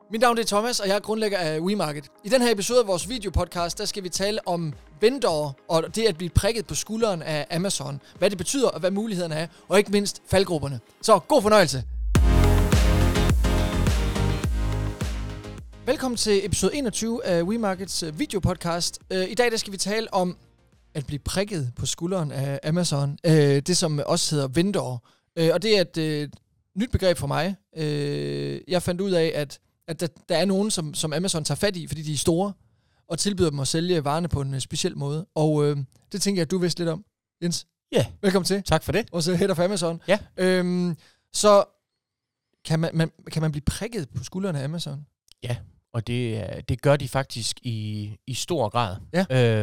Mit navn er Thomas, og jeg er grundlægger af WeMarket. I den her episode af vores videopodcast, der skal vi tale om vendorer og det at blive prikket på skulderen af Amazon. Hvad det betyder, og hvad mulighederne er, og ikke mindst faldgrupperne. Så god fornøjelse! Velkommen til episode 21 af WeMarkets videopodcast. I dag der skal vi tale om at blive prikket på skulderen af Amazon. Det som også hedder vendorer. Og det er et nyt begreb for mig. Jeg fandt ud af, at der er nogen, som Amazon tager fat i, fordi de er store, og tilbyder dem at sælge varerne på en speciel måde. Og det tænker jeg, at du vidste lidt om, Jens. Ja. Yeah. Velkommen til. Tak for det. Også head of Amazon. Ja. Så kan man blive prikket på skuldrene af Amazon? Ja, og det gør de faktisk i stor grad. Ja.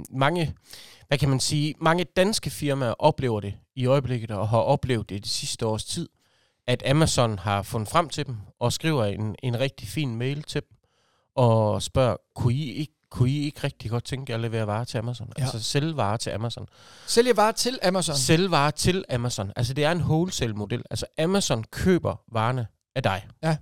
Mange danske firmaer oplever det i øjeblikket, og har oplevet det sidste års tid, at Amazon har fundet frem til dem, og skriver en rigtig fin mail til dem, og spørger, kunne I ikke rigtig godt tænke jer at levere varer til Amazon? Ja. Altså sælge varer til Amazon. Sælge varer til Amazon? Sælge varer til Amazon. Altså det er en wholesale-model. Altså Amazon køber varerne af dig. Ja.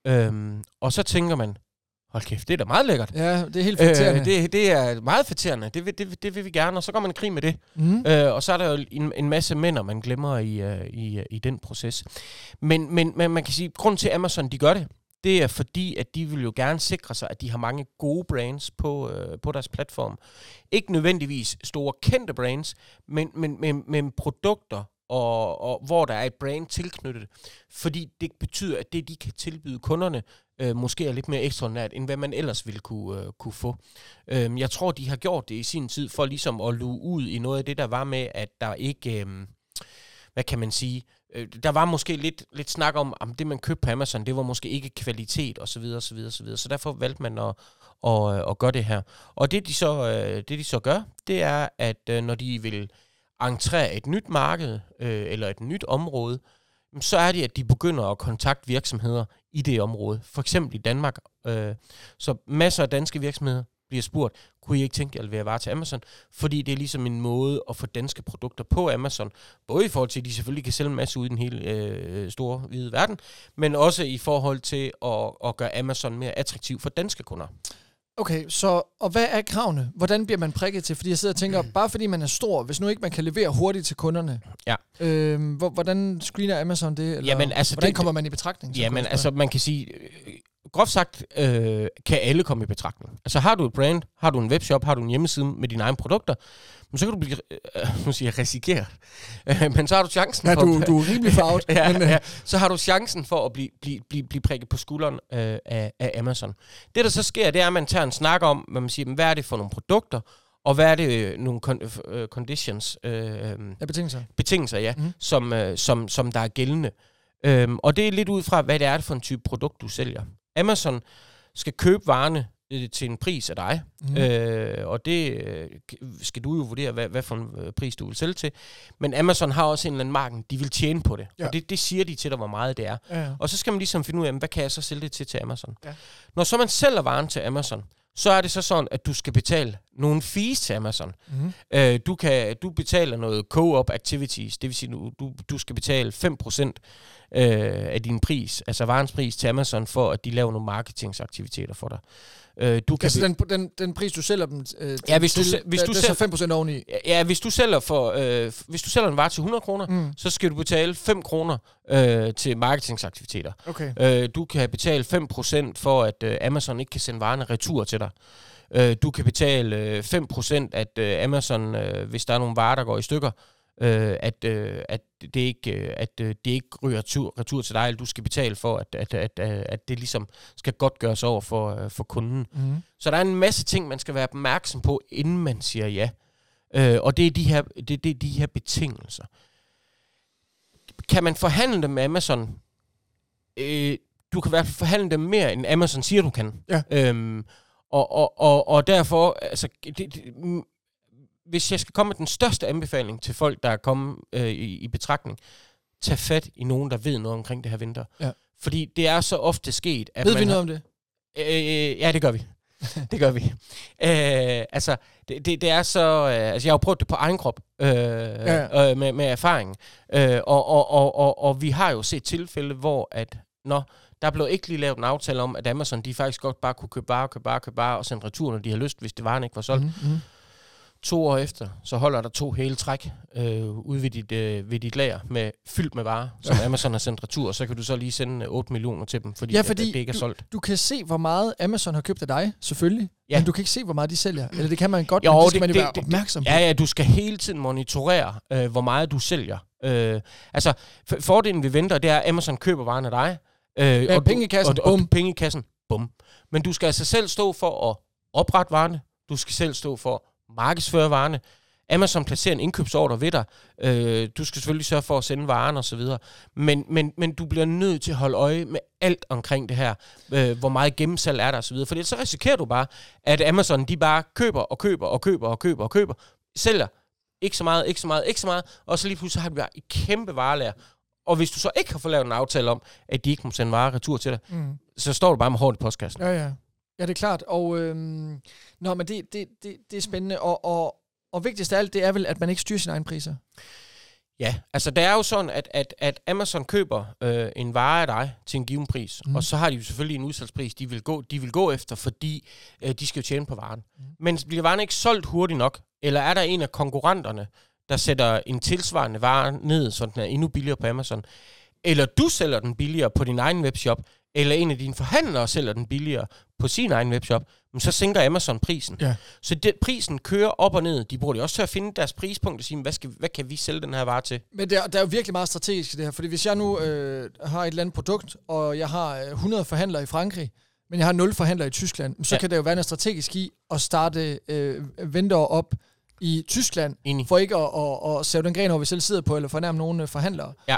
Og så tænker man, hold kæft, det er da meget lækkert. Ja, det er helt fætterende. Det er meget fætterende. Det vil vi gerne, og så går man i krig med det. Mm. Og så er der jo en masse mænd, man glemmer i den proces. Men man kan sige, grunden til Amazon, de gør det, det er fordi, at de vil jo gerne sikre sig, at de har mange gode brands på deres platform. Ikke nødvendigvis store kendte brands, men produkter, og hvor der er et brand tilknyttet. Fordi det betyder, at det, de kan tilbyde kunderne, måske er lidt mere ekstraordinært, end hvad man ellers ville kunne få. Jeg tror, de har gjort det i sin tid, for ligesom at luge ud i noget af det, der var med, at der ikke... hvad kan man sige? Der var måske lidt snak om det, man købte på Amazon, det var måske ikke kvalitet, osv. Så derfor valgte man at gøre det her. Og det de så gør, det er, at når de vil entrere et nyt marked, eller et nyt område, så er det, at de begynder at kontakte virksomheder i det område. For eksempel i Danmark. Så masser af danske virksomheder bliver spurgt, kunne I ikke tænke jer at levere varer til Amazon? Fordi det er ligesom en måde at få danske produkter på Amazon. Både i forhold til, at de selvfølgelig kan sælge en masse ud i den hele store, hvide verden, men også i forhold til at gøre Amazon mere attraktiv for danske kunder. Okay, og hvad er kravene? Hvordan bliver man prikket til? Fordi jeg sidder og tænker, bare fordi man er stor, hvis nu ikke man kan levere hurtigt til kunderne, ja. Hvordan screener Amazon det? Eller jamen, altså hvordan kommer man i betragtning? Jamen, altså man kan sige, groft sagt, kan alle komme i betragtning. Altså har du et brand, har du en webshop, har du en hjemmeside med dine egne produkter, men så kan du blive, risikeret. Men så har du chancen for... Du er rimelig farvet. ja, så har du chancen for at blive prikket på skulderen af Amazon. Det, der så sker, det er, at man tager en snak om, hvad man siger, hvad er det for nogle produkter, og hvad er det nogle conditions? Betingelser, ja, som der er gældende. Og det er lidt ud fra, hvad det er for en type produkt, du sælger. Amazon skal købe varerne til en pris af dig, og det skal du jo vurdere, hvad for en pris du vil sælge til. Men Amazon har også en eller anden marken, de vil tjene på det, og det siger de til dig, hvor meget det er. Ja. Og så skal man ligesom finde ud af, hvad kan jeg så sælge det til Amazon? Ja. Når så man sælger varen til Amazon, så er det så sådan, at du skal betale nogle fees til Amazon. Du betaler noget co-op activities, det vil sige, du skal betale 5% af din pris, altså varens pris til Amazon, for at de laver nogle marketingsaktiviteter for dig. Den pris, du sælger dem til, hvis du så 5% oveni? Ja, hvis du sælger en vare til 100 kroner, så skal du betale 5 kroner til marketingsaktiviteter. Okay. Du kan betale 5% for, at Amazon ikke kan sende varerne retur til dig. Du kan betale 5%, at Amazon, hvis der er nogle varer, der går i stykker, at det ikke ryger retur til dig, eller du skal betale for, at det ligesom skal godt gøres over for kunden. Så der er en masse ting, man skal være opmærksom på, inden man siger ja. Og det er de her betingelser. Kan man forhandle dem med Amazon? Du kan i hvert fald forhandle dem mere, end Amazon siger, du kan. Ja. Og derfor, altså... Hvis jeg skal komme med den største anbefaling til folk, der er kommet i betragtning, tag fat i nogen, der ved noget omkring det her vinter. Ja. Fordi det er så ofte sket, at ved vi noget om det? Ja, det gør vi. Det gør vi. Altså, det er så... altså, jeg har jo prøvet det på egen krop med erfaring. Og vi har jo set tilfælde, hvor at Der blev ikke lige lavet en aftale om, at Amazon, de faktisk godt bare kunne købe varer og sende retur, når de har lyst, hvis det varen ikke var solgt. 2 år efter, så holder der 2 hele træk ude ved dit lager, fyldt med varer, som Amazon har sendt retur, og så kan du så lige sende 8 millioner til dem, fordi at det ikke er solgt. Du kan se, hvor meget Amazon har købt af dig, selvfølgelig, men du kan ikke se, hvor meget de sælger. Eller det kan man godt, men det skal man jo være opmærksom på. Ja, du skal hele tiden monitorere, hvor meget du sælger. Altså, fordelen ved Vendor, det er, at Amazon køber varen af dig. Og penge i kassen, og penge i kassen, bum. Men du skal altså selv stå for at oprette varerne, du skal selv stå for at markedsføre varerne. Amazon placerer en indkøbsordre ved dig. Du skal selvfølgelig sørge for at sende varen og så videre. Men du bliver nødt til at holde øje med alt omkring det her. Hvor meget gennemsalg er der og så videre. For så risikerer du bare, at Amazon de bare køber. Sælger ikke så meget. Og så lige pludselig har du bare et kæmpe varelager. Og hvis du så ikke har fået lavet en aftale om, at de ikke må sende varer retur til dig, så står du bare med hårdt i postkassen. Ja, det er klart. Og men det er spændende. Og vigtigst af alt, det er vel, at man ikke styrer sine egne priser. Ja, altså det er jo sådan, at Amazon køber en vare af dig til en given pris, og så har de jo selvfølgelig en udsalgspris, de vil gå efter, fordi de skal jo tjene på varen. Men bliver varen ikke solgt hurtigt nok, eller er der en af konkurrenterne, der sætter en tilsvarende vare ned, så den er endnu billigere på Amazon, eller du sælger den billigere på din egen webshop, eller en af dine forhandlere sælger den billigere på sin egen webshop, men så sænker Amazon prisen. Ja. Så prisen kører op og ned. De bruger det også til at finde deres prispunkt og sige, hvad kan vi sælge den her vare til? Men der er jo virkelig meget strategisk i det her, fordi hvis jeg nu har et eller andet produkt, og jeg har 100 forhandlere i Frankrig, men jeg har 0 forhandlere i Tyskland, så kan det jo være noget strategisk i at starte Vendor op i Tyskland, for ikke at sæve den gren over, vi selv sidder på, eller fornærme nogle forhandlere. Ja.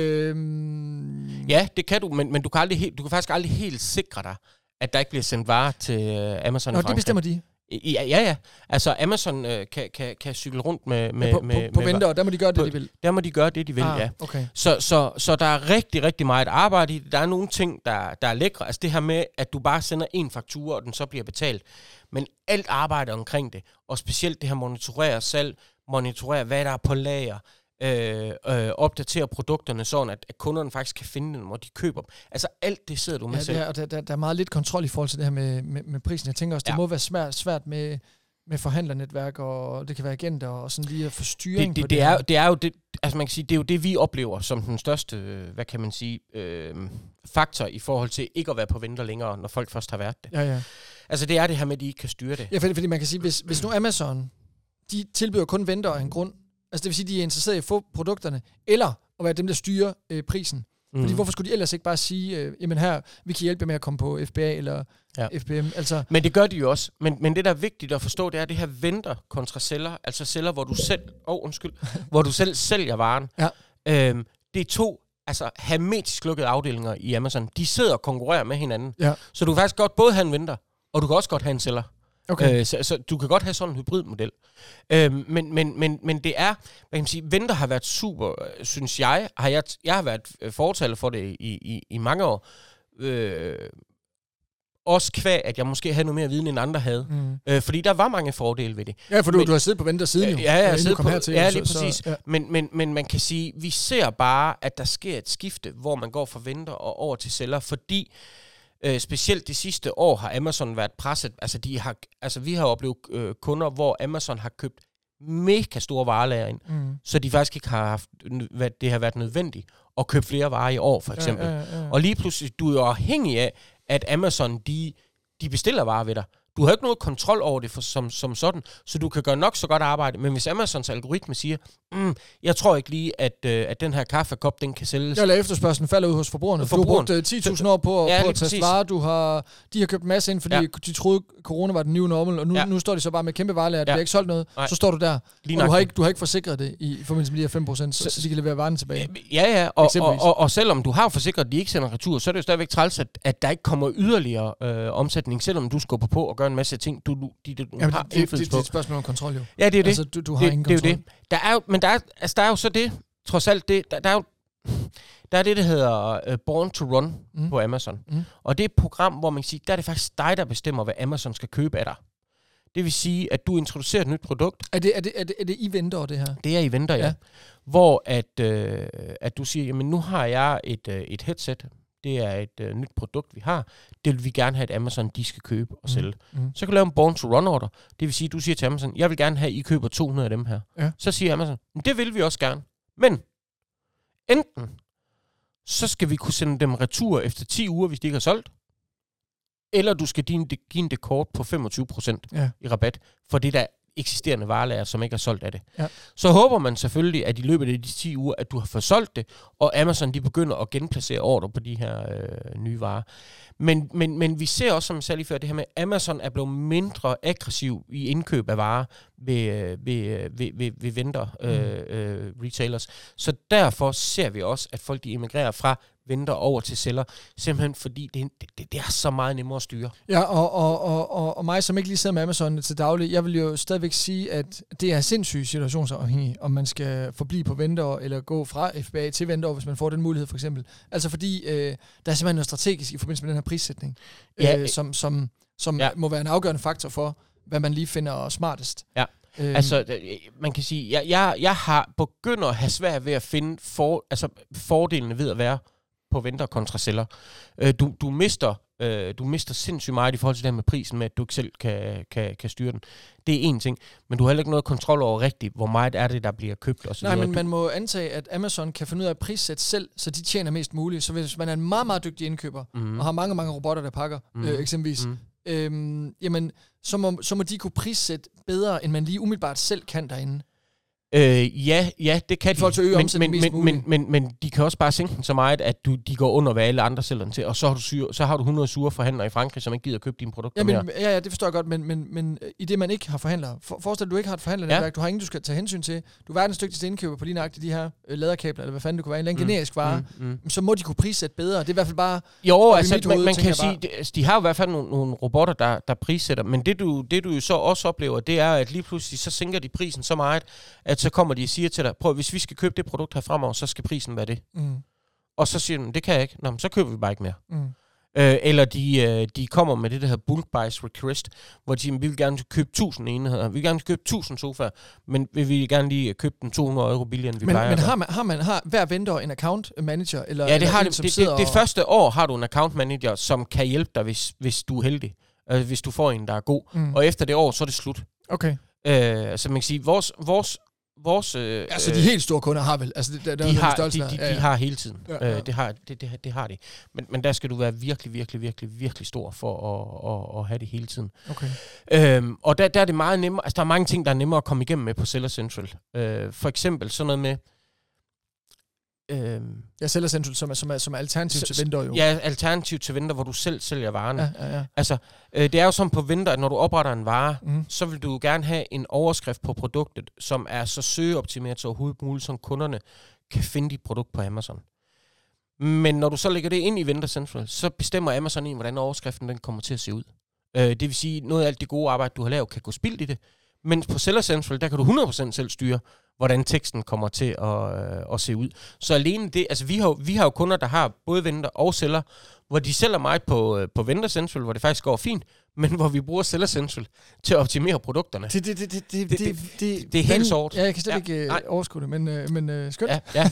Ja, det kan du, men du kan faktisk aldrig helt sikre dig, at der ikke bliver sendt varer til Amazon i Frankrig. Det bestemmer de. Ja. Altså Amazon kan cykle rundt med på Vendor, der må de gøre det, de vil. Der må de gøre det, de vil, ja. Okay. Så der er rigtig, rigtig meget arbejde i det. Der er nogle ting, der er lækre. Altså det her med, at du bare sender en faktura, og den så bliver betalt. Men alt arbejde omkring det, og specielt det her monitorere, hvad der er på lager, opdatere produkterne sådan, at kunderne faktisk kan finde dem, hvor de køber dem. Altså alt det sidder du med selv. Ja, og der er meget lidt kontrol i forhold til det her med prisen. Jeg tænker også, det må være svært med forhandlernetværk, og det kan være agenter, og sådan lige at få styring på det. Det er jo det, altså man kan sige, det er jo det, vi oplever som den største, hvad kan man sige, faktor i forhold til ikke at være på Vendor længere, når folk først har været det. Ja. Altså det er det her med, at de ikke kan styre det. Ja, fordi man kan sige, hvis nu Amazon, de tilbyder kun Vendor af en grund, altså det vil sige, de er interesseret i at få produkterne, eller at være dem, der styrer prisen. Fordi hvorfor skulle de ellers ikke bare sige, jamen her, vi kan hjælpe med at komme på FBA eller FBM. Altså. Men det gør de jo også. Men det, der er vigtigt at forstå, det er det her Vendor kontra sælger, altså sælger, hvor du selv sælger varen. Ja. Det er 2 hermetisk lukkede afdelinger i Amazon. De sidder og konkurrerer med hinanden. Ja. Så du kan faktisk godt både have en Vendor, og du kan også godt have en sælger. Okay. Så du kan godt have sådan en hybridmodel. Men det er, hvad kan man sige, Vendor har været super, synes jeg. Jeg har været fortaler for det i mange år. Også kvæg, at jeg måske havde noget mere viden, end andre havde. Fordi der var mange fordele ved det. Ja, for du har siddet på Vendor siden jo. Ja, jeg har siddet på hertil. Ja, lige præcis. Ja. Men man kan sige, vi ser bare, at der sker et skifte, hvor man går fra Vendor og over til sælger, fordi specielt det sidste år har Amazon været presset. Altså, vi har oplevet kunder, hvor Amazon har købt mega store varelager ind, så de faktisk ikke har haft, det har været nødvendigt at købe flere varer i år, for eksempel. Ja. Og lige pludselig, du er jo afhængig af, at Amazon, de bestiller varer ved dig. Du har ikke noget kontrol over det som sådan, så du kan gøre nok så godt arbejde. Men hvis Amazons algoritme siger, jeg tror ikke lige, at den her kaffekop, den kan sælges. Eller efterspørgselen falder ud hos forbrugerne. Du har brugt 10.000 år på at teste varer. De har købt en masse ind, fordi de troede, corona var den nye normal, og nu står de så bare med kæmpe varelager, at de har ikke solgt noget. Nej. Så står du der, og du har ikke forsikret det i forbindelse med de her 5%, så de kan levere varen tilbage. Ja, og selvom du har forsikret, at de ikke sender retur, så er det jo stadigvæk træls, at der ikke kommer yderligere omsætning, selvom du skubber på og gør en masse ting, du har indflydelse på. Det er et spørgsmål om kontrol jo. Ja, det er det. Altså, du har ingen kontrol. Det er jo det. Der er jo så det, trods alt det, der er det, der hedder Born to Run på Amazon. Og det er et program, hvor man kan sige, der er det faktisk dig, der bestemmer, hvad Amazon skal købe af dig. Det vil sige, at du introducerer et nyt produkt. Er det i Vendor, det her? Det er i Vendor, ja. Hvor at du siger, jamen nu har jeg et headset, det er et nyt produkt, vi har. Det vil vi gerne have, at Amazon de skal købe og sælge. Så kan du lave en born-to-run-order. Det vil sige, du siger til Amazon, jeg vil gerne have, at I køber 200 af dem her. Ja. Så siger Amazon, det vil vi også gerne. Men enten så skal vi kunne sende dem retur efter 10 uger, hvis de ikke har solgt, eller du skal give en dekort på 25% i rabat for det der eksisterende varelager, som ikke er solgt af det. Ja. Så håber man selvfølgelig, at i løbet af de 10 uger, at du har fået solgt det, og Amazon de begynder at genplacere ordre på de her nye varer. Men vi ser også, som jeg sagde lige før, det her med, at Amazon er blevet mindre aggressiv i indkøb af varer ved vendor retailers. Så derfor ser vi også, at folk de emigrerer fra venter over til sælger, simpelthen fordi det er så meget nemmere at styre. Ja, og mig, som ikke lige sidder med Amazon til daglig, jeg vil jo stadigvæk sige, at det er sindssygt situationsafhængigt, om man skal forblive på venter, eller gå fra FBA til venter, hvis man får den mulighed, for eksempel. Altså fordi, der er simpelthen noget strategisk i forbindelse med den her prissætning, som må være en afgørende faktor for, hvad man lige finder smartest. Ja. Altså, man kan sige, jeg har begynder at have svært ved at finde fordelene ved at være på venter kontra sælger. Du mister sindssygt meget i forhold til det med prisen, med at du ikke selv kan styre den. Det er én ting, men du har heller ikke noget kontrol over rigtigt, hvor meget er det, der bliver købt og så videre. Nej, men man må antage, at Amazon kan finde ud af at prissætte selv, så de tjener mest muligt. Så hvis man er en meget, meget dygtig indkøber, og har mange, mange robotter, der pakker, eksempelvis, jamen, så må de kunne prissætte bedre, end man lige umiddelbart selv kan derinde. Ja, det kan de. Men de kan også bare sænke den så meget, at de går under, hvad alle andre sælger den til, og så har du 100 sure forhandlere i Frankrig, som ikke gider købe dine produkter mere. Ja, det forstår jeg godt, men i det, man ikke har forhandlere. Forestil dig, du ikke har et forhandlernetværk, du har ingen, du skal tage hensyn til. Du er verdens dygtigste indkøber på lige nøjagtigt de her laderkabler, eller hvad fanden det kunne være, en eller anden generisk vare. Så må de kunne prissætte bedre. Det er i hvert fald bare... Jo, altså, man kan sige, de har i hvert fald nogle robotter, der prissætter, men det du jo så også oplever, det er, at lige pludselig så sænker de prisen så meget, at så kommer de og siger til dig, prøv, hvis vi skal købe det produkt her fremover, så skal prisen være det. Og så siger de, det kan jeg ikke. Nå, men så køber vi bare ikke mere. Eller de kommer med det, der hedder bulk buys request, hvor de siger, vi vil gerne købe 1000 enheder, vi vil gerne købe 1000 sofaer, men vi vil gerne lige købe den 200 euro billigere, end vi plejer. Men har hver vendor en account manager? Eller, ja, det har det første år har du en account manager, som kan hjælpe dig, hvis du er heldig. Hvis du får en, der er god. Og efter det år, så er det slut. Okay. Så man kan sige, vores altså de helt store kunder har vel, altså de har hele tiden. Det har de. Men der skal du være virkelig stor for at have det hele tiden. Okay. Og der er det meget nemmere. Altså der er mange ting, der er nemmere at komme igennem med på Seller Central. For eksempel sådan noget med Seller Central, som er alternativ til vendor jo. Ja, alternativ til vendor, hvor du selv sælger varerne. Ja. Altså, det er jo sådan på vendor, at når du opretter en vare, så vil du gerne have en overskrift på produktet, som er så søgeoptimeret så overhovedet muligt, så kunderne kan finde dit produkt på Amazon. Men når du så lægger det ind i Vendor Central, så bestemmer Amazon hvordan overskriften den kommer til at se ud. Det vil sige, noget af alt det gode arbejde, du har lavet, kan gå spildt i det. Men på Seller Central, der kan du 100% selv styre, hvordan teksten kommer til at se ud. Så alene det, altså vi har jo kunder, der har både vendor og sælger, hvor de sælger meget på Vendor Central, hvor det faktisk går fint, men hvor vi bruger Seller Central til at optimere produkterne. Det er helt sort. Ja, jeg kan slet ikke overskue det, men skønt.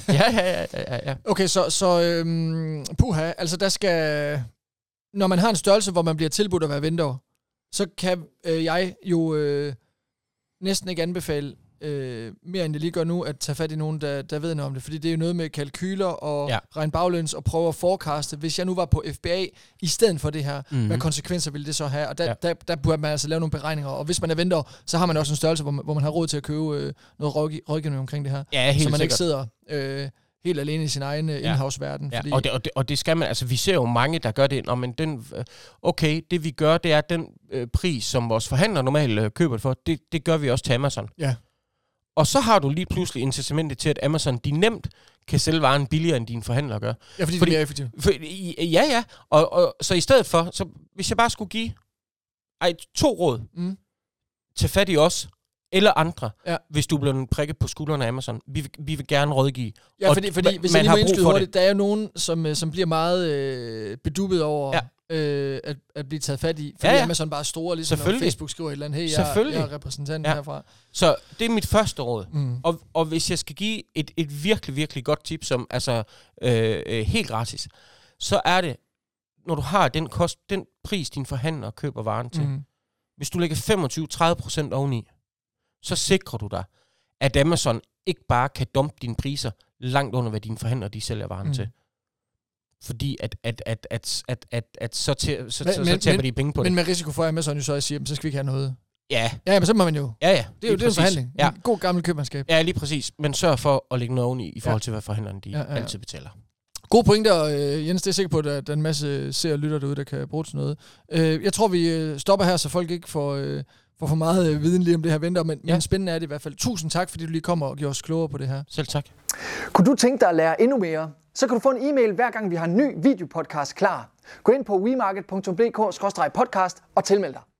Ja. Okay, så puha, altså der skal... Når man har en størrelse, hvor man bliver tilbudt at være vendor, så kan jeg jo næsten ikke anbefale mere end det lige gør nu, at tage fat i nogen, der ved noget om det. Fordi det er jo noget med kalkyler og regne baglæns og prøve at forecaste. Hvis jeg nu var på FBA i stedet for det her, hvad konsekvenser ville det så have? Og der burde man altså lave nogle beregninger. Og hvis man er vendor, så har man også en størrelse, hvor man har råd til at købe noget rådgivning omkring det her. Ja, helt så man sikkert. Ikke sidder helt alene i sin egen in-house-verden. Ja, fordi og det skal man, altså vi ser jo mange, der gør det, men det vi gør, det er den pris, som vores forhandler normalt køber det for, det gør vi også til Amazon. Ja. Og så har du lige pludselig incitamentet til, at Amazon, de nemt kan sælge varen billigere, end dine forhandlere gør. Ja, fordi det er mere effektivt. Ja. Og så i stedet for, så hvis jeg bare skulle give 2 råd til fat i os, eller andre, hvis du bliver prikket på skuldrene af Amazon. Vi vil gerne rådgive. Ja, fordi hvis jeg lige må indskyde hurtigt, der er jo nogen, som bliver meget bedubbet over at blive taget fat i, fordi Amazon bare er store, ligesom når Facebook skriver et eller andet, hey, jeg er repræsentant herfra. Så det er mit første råd. Og hvis jeg skal give et virkelig godt tip, som altså helt gratis, så er det, når du har den pris, din forhandler køber varen til. Hvis du lægger 25-30% oveni, så sikrer du dig, at Amazon ikke bare kan dumpe dine priser langt under, hvad dine forhandlere de sælger varen til. Fordi så taber de penge på det. Men med risiko for, at Amazon jo så siger, så skal vi ikke have noget. Ja. Ja, men så må man jo. Ja. Det er jo det, en forhandling. Ja. En god gammel købmandskab. Ja, lige præcis. Men sørg for at lægge noget oveni i forhold til, hvad forhandlerne de altid betaler. Gode pointer, Jens. Det er sikker på, at der er en masse seere og lytter derude, der kan bruge til noget. Jeg tror, vi stopper her, så folk ikke får for meget viden lige om det her venter, men spændende er det i hvert fald. Tusind tak, fordi du lige kommer og gjorde os klogere på det her. Selv tak. Kunne du tænke dig at lære endnu mere, så kan du få en e-mail, hver gang vi har en ny videopodcast klar. Gå ind på wemarket.dk/podcast og tilmeld dig.